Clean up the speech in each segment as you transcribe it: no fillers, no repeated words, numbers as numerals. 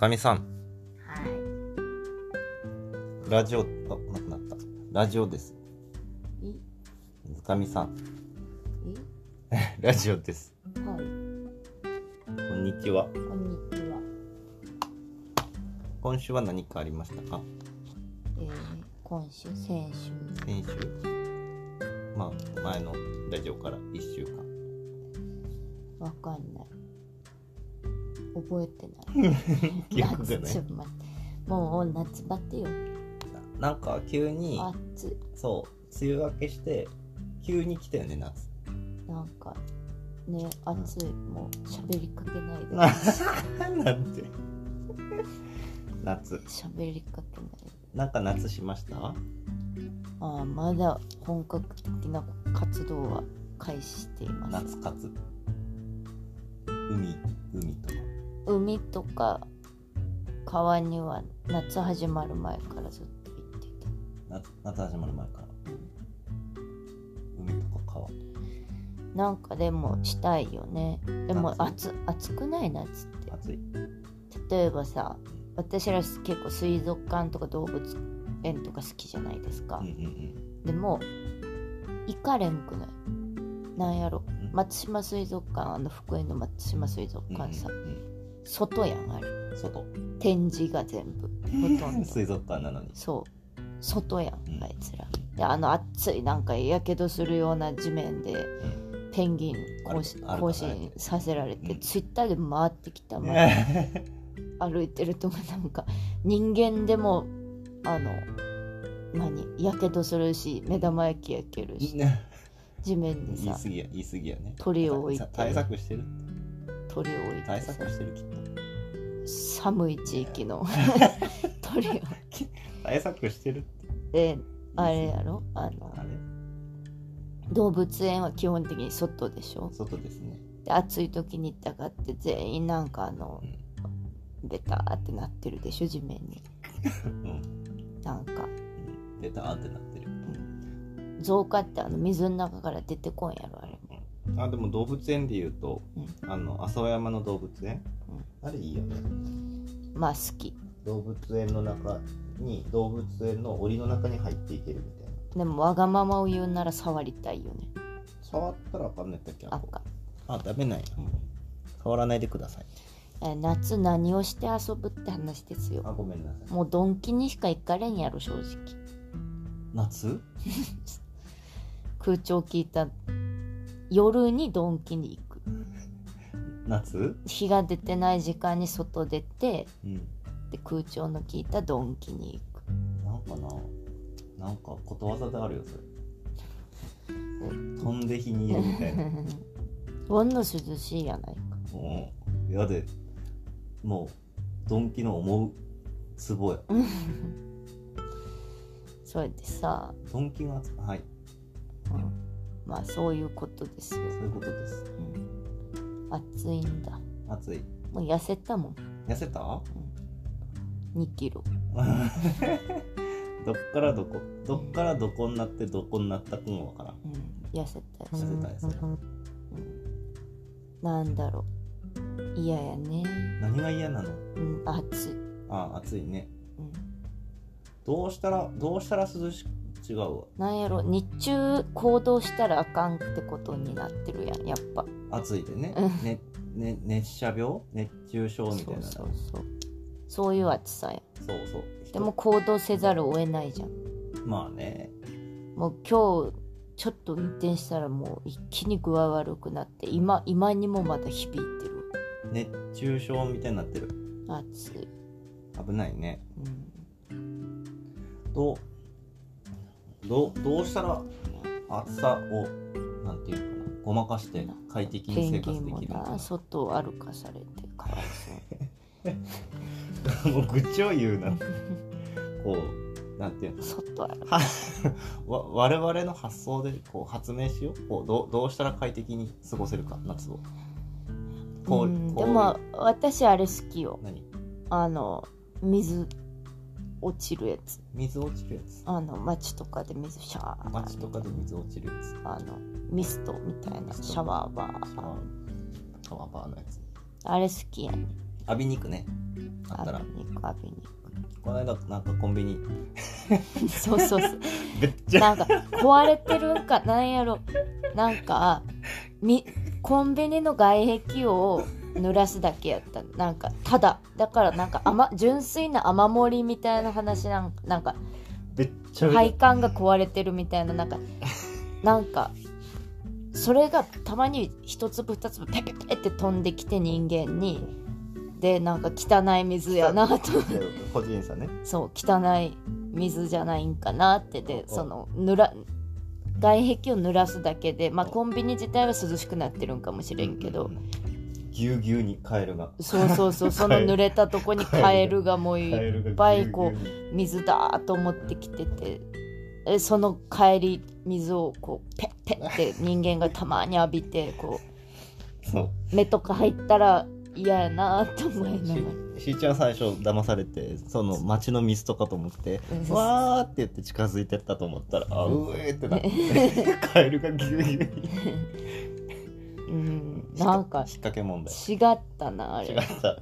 かみさん、 はい。 ラジオ、なくなった。ラジオです。ずかみさん、ラジオです。 はい。 こんにちは。 こんにちは。 今週は何かありましたか？ 今週、先週。 先週。まあ、前のラジオから1週間。 わかんない。覚えてない。 記憶がない。 ちょっと待って。もう夏バテよ。 なんか急に、 暑い。 そう、梅雨明けして、急に来たよね、夏。 なんか、ね、暑い。もう喋りかけないで。 なんて。夏。 喋りかけないで。 なんか夏しました？ まだ本格的な活動は開始しています。 夏活。海とか。 海とか川には夏始まる前からずっと行って夏始まる前から、海とか川なんかでもしたいよね。でも暑くない夏って暑い。 例えばさ、私ら結構水族館とか動物園とか好きじゃないですか、でも行かれんくない？なんやろ、松島水族館、福井の松島水族館さ、外やんあれ。 外。 展示が全部ほとんど水族館なのに。 そう外やん、あいつら。で暑いなんかやけどするような地面で、ペンギン更新させられて、ツイッターで回ってきたま歩いてるとなんか人間でもやけどするし、目玉焼き焼けるし、地面にさ言い過ぎやね。 鳥を置いて対策してる。 鳥を置いて対策してるきっと。 寒い地域の鳥を対策してるで、あれやろ、動物園は基本的に外でしょ。 外ですね。 で暑い時に行ったかって全員なんかベターってなってるでしょ、地面に。なんか、 ベターってなってる。 ゾウカって水の中から出てこんやろあれも。 でも動物園でいうと、浅尾山の動物園、あれいいよね。 まあ好き。 動物園の中に、動物園の檻の中に入っていけるみたいな。 でもわがままを言うなら触りたいよね。 触ったらあかんねったっけ？ あかん。 ダメなんや。触らないでください。 夏何をして遊ぶって話ですよ。 ごめんなさい。 もうドンキにしか行かれんやろ正直。 夏？ 空調聞いた夜にドンキに行く。 夏？ 日が出てない時間に外出て、で空調の効いたドンキに行く。 なんかことわざであるよそれ。飛んで火に入れるみたいな。 ほんの涼しいやないか。 やでもうドンキの思うツボや。 それでさ、 ドンキがはい、 まあそういうことですよ。 そういうことです。 暑いんだ。 暑い。 もう痩せたもん。 痩せた ？2キロ。 どっからどこになってどこになったかもわからん。 痩せた。なんだろう、嫌やね。 何が嫌なの？ 暑い。 暑いね。どうしたら涼しく違うわ。 なんやろ、日中行動したらあかんってことになってるやん、やっぱ。 暑いでね。熱射病、熱中症みたいな。 そういう暑さや。 そう。 でも行動せざるを得ないじゃん。 まあね。 もう今日ちょっと運転したらもう一気に具合悪くなって、今にもまだ響いてる。 熱中症みたいになってる。 暑い。 危ないね。どうしたら暑さをなんていうかな、ごまかして快適に生活できるのかな。 外を歩かされてかわいそう。もう愚痴を言うな。こうなんていうの、 外歩く我々の発想でこう発明しよう。どうしたら快適に過ごせるか、夏を。 でも私あれ好きよ。 何？ 水落ちるやつ。 水落ちるやつ。 街とかで水シャー。 街とかで水落ちるやつ。 ミストみたいなシャワーバー。 シャワーバーのやつ。 あれ好きやね。 浴びに行くね。あったら浴びに行くこの間なんかコンビニそうそうそうめっちゃなんか壊れてるんかなんやろ、なんかコンビニの外壁を濡らすだけやった。なんかただだからなんか純粋な雨漏りみたいな話なんかめっちゃ配管が壊れてるみたいななんかそれがたまに一粒二粒ペペペって飛んできて人間にでなんか汚い水やなと個人差ね。 そう汚い水じゃないんかなってでその外壁を濡らすだけでまあコンビニ自体は涼しくなってるんかもしれんけど、 ぎゅうぎゅうにカエルがそうその濡れたとこにカエルがもういっぱいこう水だと思ってきててその帰り水をこうペッペッって人間がたまに浴びてこう目とか入ったら嫌やなと思いながらしーちゃん最初騙されてその街の水とかと思ってわーって言って近づいてったと思ったらあうえーってなってカエルがギューギューなんか引っ掛け問題違ったなあれ違った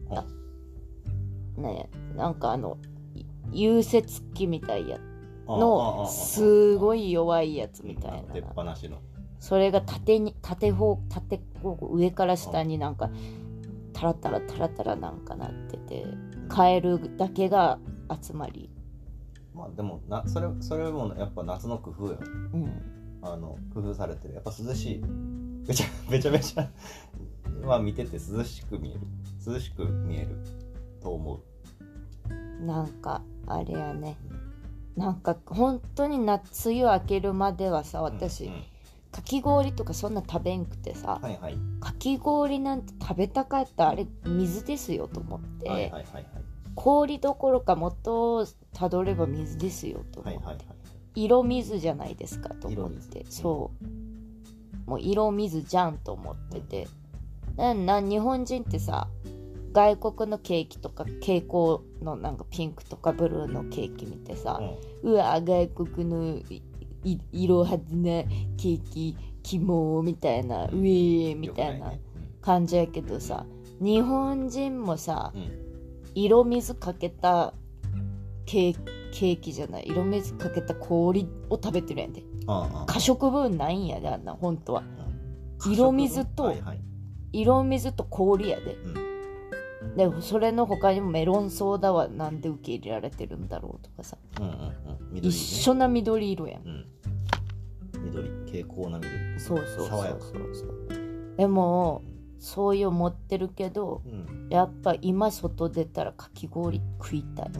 ねなんか融雪機みたいやのすごい弱いやつみたいな出っ放しのそれが縦方上から下になんかタラタラなんかなっててカエルだけが集まりまあでもそれもやっぱ夏の工夫よ、工夫されてるやっぱ涼しいめちゃめちゃまあ見てて涼しく見えると思う。なんかあれやねなんか本当に梅雨明けるまではさ私、かき氷とかそんな食べんくてさ、かき氷なんて食べたかったらあれ水ですよと思って、氷どころか元をたどれば水ですよと思って、色水じゃないですかと思って、そうもう色水じゃんと思ってて、日本人ってさ外国のケーキとか蛍光のなんかピンクとかブルーのケーキ見てさ、うわ外国の色派手なケーキキモみたいなウェーみたいな感じやけどさ、日本人もさ、色水かけたケーキじゃない色水かけた氷を食べてるやんで、可食分ないんやであんな本当は、色水と氷やで、でそれの他にもメロンソーダはなんで受け入れられてるんだろうとかさ、一緒な緑色やん、 蛍光な緑、 そうでもそういう思ってるけど、やっぱ今外出たらかき氷食いたい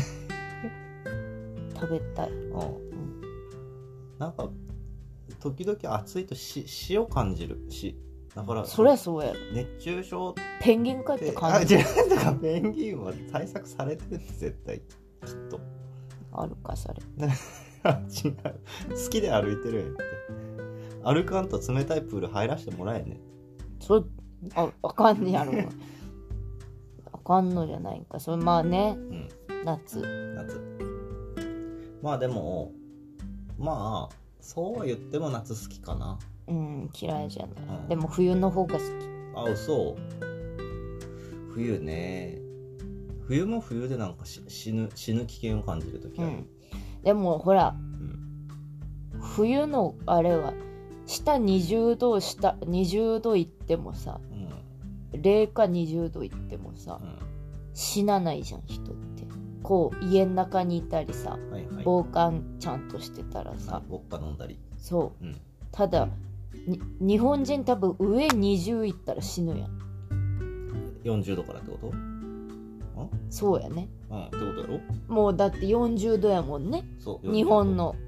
食べたい、 なんか時々暑いと塩感じるし、だからそりゃそうやろ、 熱中症ペンギンかって感じる。 だからペンギンは対策されてるって絶対きっとあるかそれ違う、好きで歩いてるやんって歩かんと冷たいプール入らせてもらえねん、 それあかんねやろあかんのじゃないかそれ。まあね、夏まあでもまあそうは言っても夏好きかな。 嫌いじゃない、でも冬の方が好き。 あ、嘘。冬ね。冬も冬でなんか死ぬ危険を感じるときある、 でもほら、冬のあれは下20度いってもさ、零下20度いってもさ、死なないじゃん人って。こう家の中にいたりさ、防寒ちゃんとしてたらさ、 ウォッカ飲んだり、 そう、ただ日本人多分上20いったら死ぬやん。 40度からってこと？ そうやね。 ってことやろ？ もうだって40度やもんね。そう日本の、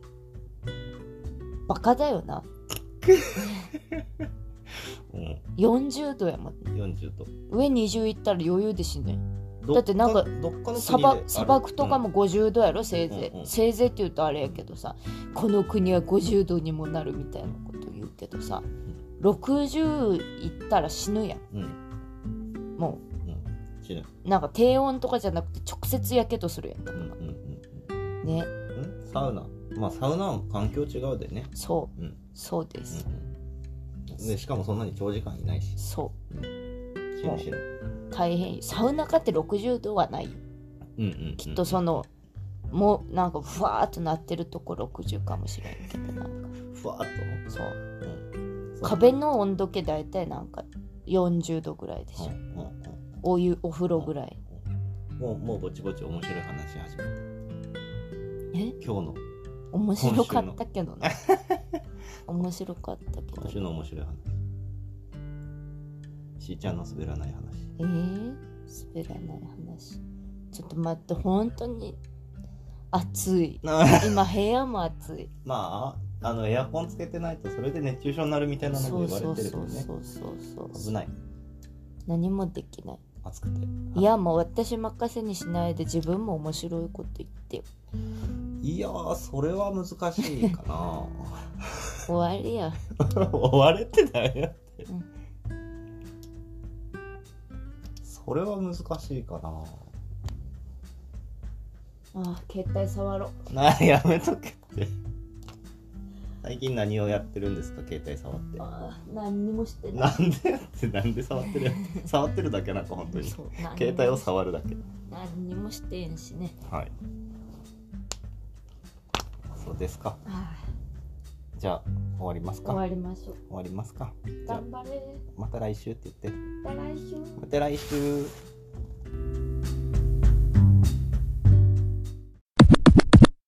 バカだよな。40度やもんね。 40度。 上20いったら余裕で死ぬ。だってなんか砂漠とかも50度やろ、せいぜい。せいぜいって言うとあれやけどさ、この国は50度にもなるみたいなこと言うけどさ、60いったら死ぬやん。もう、死ぬ。なんか低温とかじゃなくて直接やけどするやん。ね。 サウナ。まあサウナは環境違うでね。 そう。そうです。 でしかもそんなに長時間いないし。 そう。 死ぬ大変。サウナかって60度はないよ、きっとそのもうなんかふわーっとなってるとこ60かもしれんけど、なんかふわっとそう、壁の温度計だいたいなんか40度ぐらいでしょ、お風呂ぐらい。 もうぼちぼち面白い話始めて。今日の面白かったけどね面白かったけど、 今週の面白い話、しーちゃんの滑らない話。 滑らない話。ちょっと待って、本当に暑い今部屋も暑い。 まあエアコンつけてないとそれで熱中症になるみたいなのも言われてるよね。そう危ない。 何もできない。 暑くて。 いや、もう私任せにしないで自分も面白いこと言ってよ。 いやー、それは難しいかな終わりや終われてないよって、それは難しいかな。 携帯触ろう。 やめとけって。最近何をやってるんですか、携帯触って。 何にもしてない。 なんで触ってる触ってるだけなんか本当に携帯を触るだけ。 何にもしてんしね。 はい、そうですか。じゃあ終わりますか。 終わりましょう。 終わりますか。 頑張れ。 また来週って言って。 また来週。 また来週。